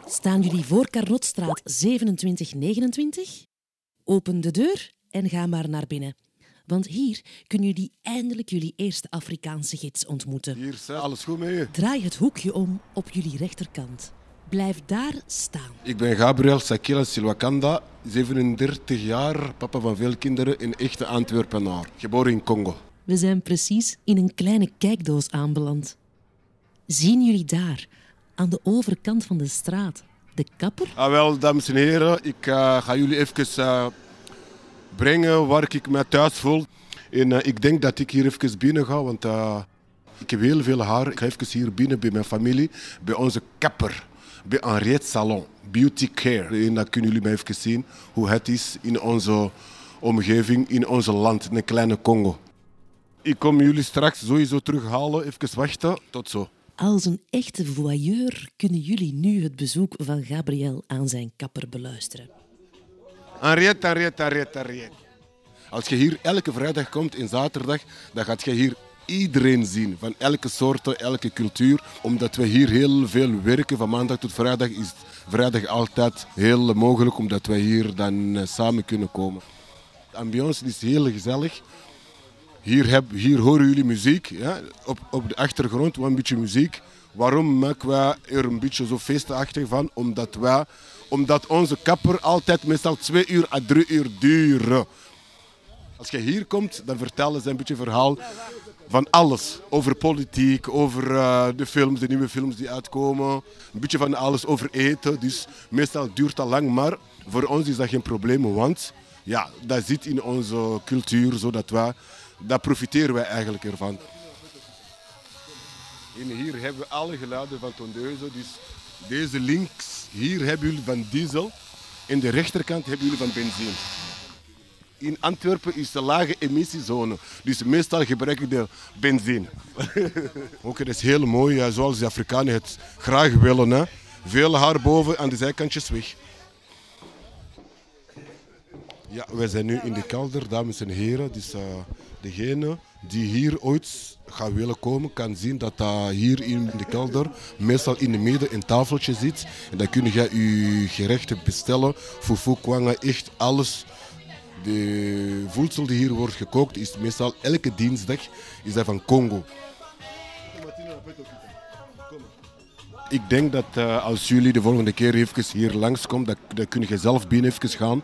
Staan jullie voor Carnotstraat 2729? Open de deur en ga maar naar binnen. Want hier kunnen jullie eindelijk jullie eerste Afrikaanse gids ontmoeten. Hier, alles goed met je? Draai het hoekje om op jullie rechterkant. Blijf daar staan. Ik ben Gabriel Sakila Silwakanda, 37 jaar, papa van veel kinderen, een echte Antwerpenaar. Geboren in Congo. We zijn precies in een kleine kijkdoos aanbeland. Zien jullie daar, aan de overkant van de straat, de kapper? Wel, dames en heren, ik ga jullie even brengen waar ik me thuis voel. En ik denk dat ik hier even binnen ga, want ik heb heel veel haar. Ik ga even hier binnen bij mijn familie, bij onze kapper, bij Henriette Salon, Beauty Care. En dan kunnen jullie mij even zien hoe het is in onze omgeving, in ons land, in een kleine Congo. Ik kom jullie straks sowieso terughalen, even wachten, tot zo. Als een echte voyeur kunnen jullie nu het bezoek van Gabriel aan zijn kapper beluisteren. Henriette. Als je hier elke vrijdag komt en zaterdag, dan gaat je hier iedereen zien. Van elke soort, elke cultuur. Omdat we hier heel veel werken. Van maandag tot vrijdag is vrijdag altijd heel mogelijk. Omdat we hier dan samen kunnen komen. De ambiance is heel gezellig. Hier horen jullie muziek. Ja? Op de achtergrond een beetje muziek. Waarom maken wij er een beetje zo feestachtig van? Omdat onze kapper altijd meestal 2 uur à 3 uur duren. Als je hier komt, dan vertellen ze een beetje verhaal van alles. Over politiek, over de films, de nieuwe films die uitkomen. Een beetje van alles over eten. Dus meestal duurt dat lang, maar voor ons is dat geen probleem. Want ja, dat zit in onze cultuur, zodat daar profiteren wij eigenlijk ervan. En hier hebben we alle geluiden van tondeuzen. Dus deze links, hier hebben jullie van diesel. En de rechterkant hebben jullie van benzine. In Antwerpen is de lage emissiezone. Dus meestal gebruik ik de benzine. Ook dat is heel mooi, zoals de Afrikanen het graag willen. Hè. Veel haar boven, aan de zijkantjes weg. Ja, wij zijn nu in de kelder, dames en heren. Dus degene die hier ooit gaat willen komen, kan zien dat hier in de kelder meestal in de midden een tafeltje zit. En dan kun je je gerechten bestellen. Fufu, kwanga, echt alles. De voedsel die hier wordt gekookt is meestal elke dinsdag is dat van Congo. Ik denk dat als jullie de volgende keer even hier langskomen, dan kun je zelf binnen even gaan.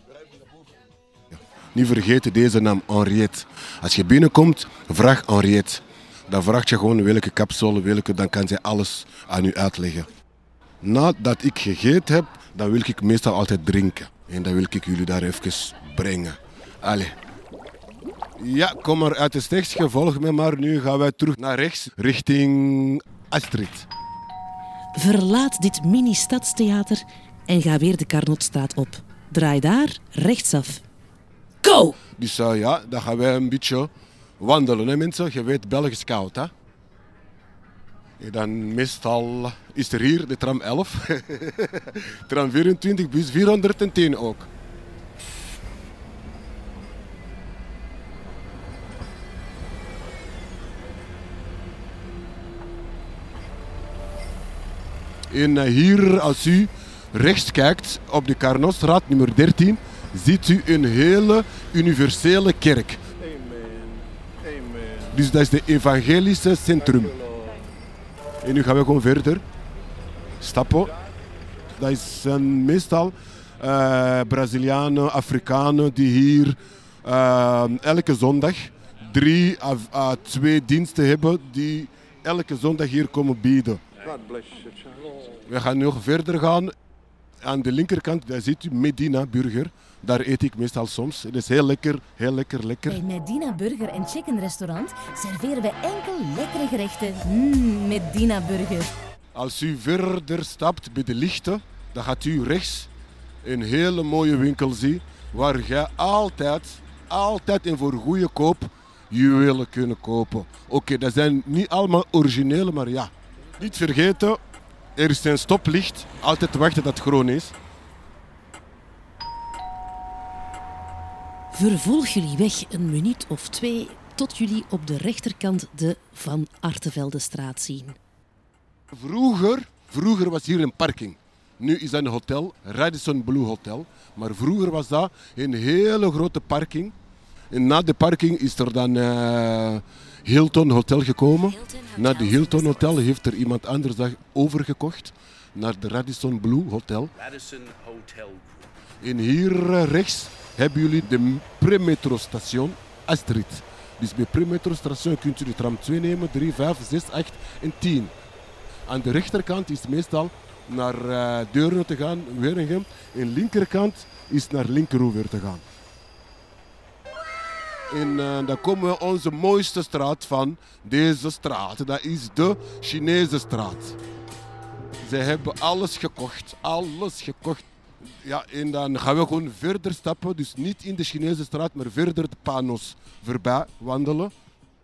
Niet vergeten deze naam, Henriette. Als je binnenkomt, vraag Henriette. Dan vraag je gewoon welke capsule, dan kan zij alles aan u uitleggen. Nadat ik gegeten heb, dan wil ik meestal altijd drinken. En dan wil ik jullie daar even brengen. Allee. Ja, kom maar uit de steegje, volg me maar. Nu gaan wij terug naar rechts, richting Astrid. Verlaat dit mini-stadstheater en ga weer de Carnotstraat op. Draai daar rechtsaf. Go! Dus ja, dan gaan wij een beetje wandelen, hè mensen. Je weet, Belgisch koud, hè. En dan meestal is er hier de tram 11. Tram 24, bus 410 ook. En hier, als u rechts kijkt op de Carnotstraat nummer 13, ziet u een hele universele kerk. Amen. Dus dat is de evangelische centrum. En nu gaan we gewoon verder. Stappen. Dat zijn meestal Brazilianen, Afrikanen die hier elke zondag 3 à 2 diensten hebben die elke zondag hier komen bieden. God bless you, child. We gaan nog verder gaan. Aan de linkerkant daar ziet u Medina Burger. Daar eet ik meestal soms. Het is heel lekker. Bij Medina Burger en Chicken Restaurant serveren wij enkel lekkere gerechten. Medina Burger. Als u verder stapt bij de lichten, dan gaat u rechts een hele mooie winkel zien. Waar je altijd en voor goede koop juwelen kunnen kopen. Oké, dat zijn niet allemaal originele, maar ja. Niet vergeten, er is een stoplicht. Altijd wachten dat het groen is. Vervolg jullie weg een minuut of 2 tot jullie op de rechterkant de Van Arteveldestraat zien. Vroeger was hier een parking. Nu is dat een hotel, Radisson Blu Hotel. Maar vroeger was dat een hele grote parking. En na de parking is er dan Hilton Hotel gekomen. Na de Hilton Hotel heeft er iemand anders dat overgekocht naar de Radisson Blu Hotel. Radisson Hotel. En hier rechts hebben jullie de premetrostation Astrid. Dus bij premetrostation kunt u de tram 2 nemen, 3, 5, 6, 8 en 10. Aan de rechterkant is het meestal naar Deurne te gaan, Weringen. En de linkerkant is naar Linkeroever te gaan. En dan komen we onze mooiste straat van deze straat. Dat is de Chinese straat. Zij hebben alles gekocht, alles gekocht. Ja, en dan gaan we gewoon verder stappen. Dus niet in de Chinese straat, maar verder de Panos voorbij wandelen.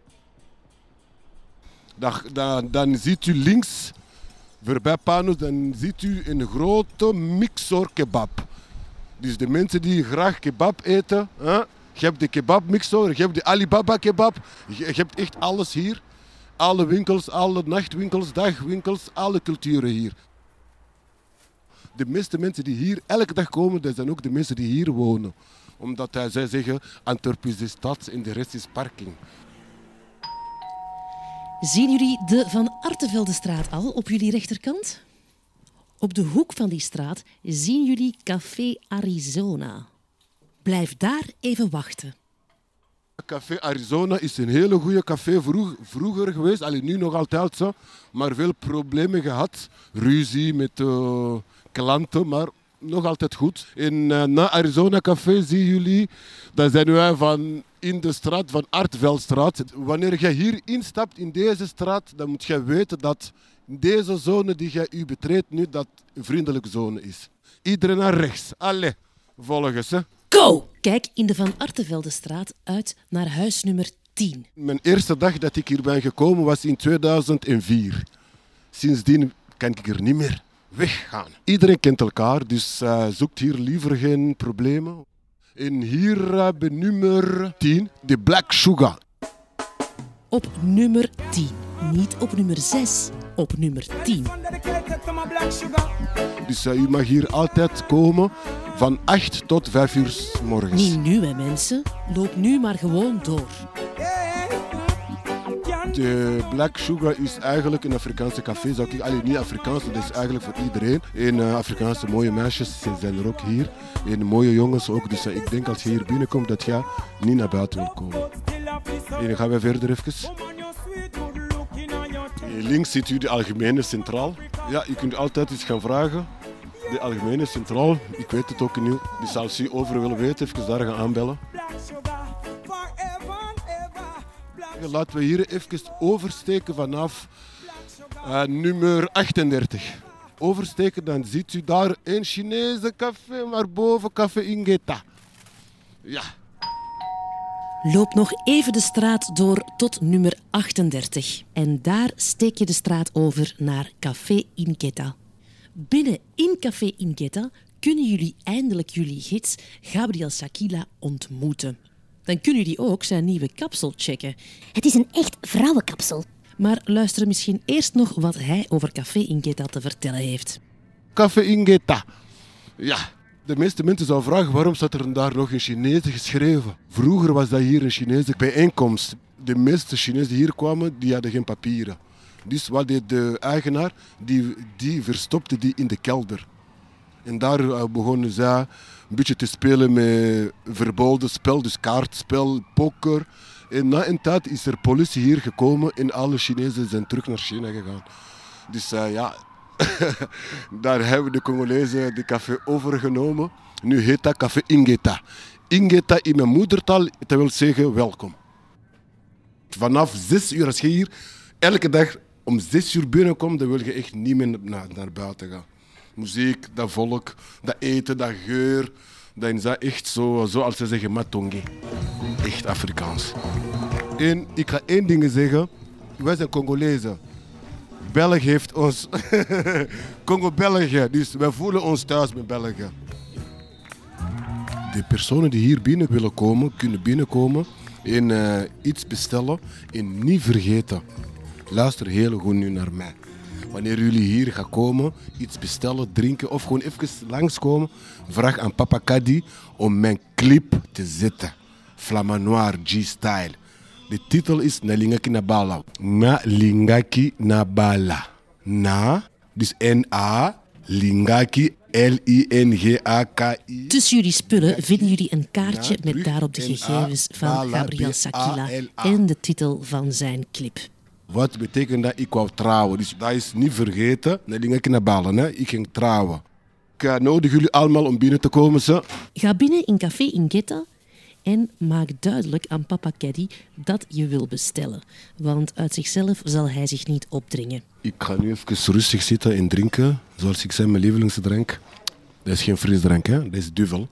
Dan ziet u links, voorbij Panos, dan ziet u een grote mixor kebab. Dus de mensen die graag kebab eten, je hebt de kebabmixor, je hebt de Alibaba kebab, je hebt echt alles hier. Alle winkels, alle nachtwinkels, dagwinkels, alle culturen hier. De meeste mensen die hier elke dag komen, dat zijn ook de mensen die hier wonen. Omdat zij zeggen, Antwerpen is de stad en de rest is parking. Zien jullie de Van Arteveldestraat al op jullie rechterkant? Op de hoek van die straat zien jullie Café Arizona. Blijf daar even wachten. Café Arizona is een hele goede café vroeger geweest, alleen nu nog altijd zo, maar veel problemen gehad. Ruzie met klanten, maar nog altijd goed. En na Arizona Café zien jullie, dat zijn wij van in de straat van Artveldstraat. Wanneer je hier instapt in deze straat, dan moet je weten dat deze zone die je u betreedt nu, dat een vriendelijke zone is. Iedereen naar rechts. Allee, volg eens. Hè. Go! Kijk in de Van Arteveldestraat uit naar huis nummer 10. Mijn eerste dag dat ik hier ben gekomen was in 2004. Sindsdien kan ik er niet meer weggaan. Iedereen kent elkaar, dus zoekt hier liever geen problemen. En hier bij nummer 10, de Black Sugar. Op nummer 10. Niet op nummer 6, op nummer 10. Dus u mag hier altijd komen van 8 tot 5 uur 's morgens. Niet nu, hè, mensen. Loop nu maar gewoon door. De Black Sugar is eigenlijk een Afrikaanse café. Niet Afrikaans, dat is eigenlijk voor iedereen. En Afrikaanse mooie meisjes zijn er ook hier. En mooie jongens ook. Dus ik denk als je hier binnenkomt dat je niet naar buiten wil komen. En dan gaan we verder even. Links ziet u de Algemene Centraal. Ja, je kunt altijd iets gaan vragen. De Algemene Centraal, ik weet het ook niet. Dus als u over willen weten, even daar gaan aanbellen. Laten we hier even oversteken vanaf nummer 38. Oversteken, dan ziet u daar een Chinese café, maar boven Café Ingeta. Ja. Loop nog even de straat door tot nummer 38. En daar steek je de straat over naar Café Ingeta. Binnen in Café Ingeta kunnen jullie eindelijk jullie gids Gabriel Sakila ontmoeten. Dan kunnen jullie ook zijn nieuwe kapsel checken. Het is een echt vrouwenkapsel. Maar luister misschien eerst nog wat hij over Café Ingeta te vertellen heeft. Café Ingeta. Ja, de meeste mensen zouden vragen waarom staat er daar nog in Chinees geschreven. Vroeger was dat hier een Chinese bijeenkomst. De meeste Chinezen die hier kwamen, die hadden geen papieren. Dus wat deed de eigenaar? Die verstopte die in de kelder. En daar begonnen zij een beetje te spelen met verboden spel, dus kaartspel, poker. En na een tijd is er politie hier gekomen en alle Chinezen zijn terug naar China gegaan. Dus ja, daar hebben de Congolezen de café overgenomen. Nu heet dat Café Ingeta. Ingeta in mijn moedertaal, dat wil zeggen welkom. Vanaf 6 uur, als je hier elke dag om 6 uur binnenkomt, dan wil je echt niet meer naar buiten gaan. Muziek, dat volk, dat eten, dat geur. Dat is echt zoals ze zeggen, matonge. Echt Afrikaans. En ik ga één ding zeggen. Wij zijn Congolezen. België heeft ons... Congo-België. Dus wij voelen ons thuis met België. De personen die hier binnen willen komen, kunnen binnenkomen en iets bestellen. En niet vergeten. Luister heel goed nu naar mij. Wanneer jullie hier gaan komen, iets bestellen, drinken of gewoon even langskomen, vraag aan Papa Kadi om mijn clip te zetten. Flamanoir G-Style. De titel is Nalingaki Nabala. Nalingaki Nabala. Dus N-A, Lingaki, L-I-N-G-A-K-I. Tussen jullie spullen vinden jullie een kaartje met daarop de gegevens van Gabriel Sakila en de titel van zijn clip. Wat betekent dat? Ik wou trouwen. Dus dat is niet vergeten. Nalingaki Nabala, hè? Ik ging trouwen. Ik nodig jullie allemaal om binnen te komen. Zo. Ga binnen in Café Ingeta en maak duidelijk aan Papa Kadi dat je wil bestellen. Want uit zichzelf zal hij zich niet opdringen. Ik ga nu even rustig zitten en drinken. Zoals ik zei, mijn lievelingsdrank. Dat is geen frisdrank, hè? Dat is duvel.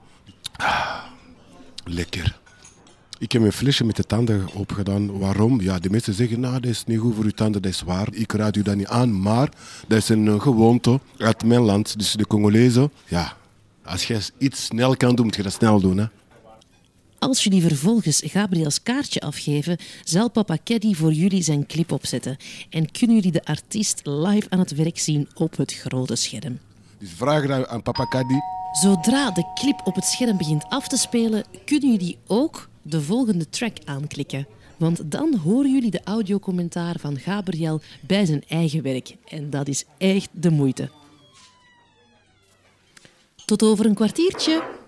Lekker. Ik heb mijn flesje met de tanden opgedaan. Waarom? Ja, de mensen zeggen, dat is niet goed voor uw tanden, dat is waar. Ik raad u dat niet aan, maar dat is een gewoonte uit mijn land. Dus de Congolezen, ja, als je iets snel kan doen, moet je dat snel doen, hè? Als jullie vervolgens Gabriels kaartje afgeven, zal Papa Kadi voor jullie zijn clip opzetten. En kunnen jullie de artiest live aan het werk zien op het grote scherm. Dus vraag dat aan Papa Kadi. Zodra de clip op het scherm begint af te spelen, kunnen jullie ook de volgende track aanklikken. Want dan horen jullie de audiocommentaar van Gabriel bij zijn eigen werk. En dat is echt de moeite. Tot over een kwartiertje.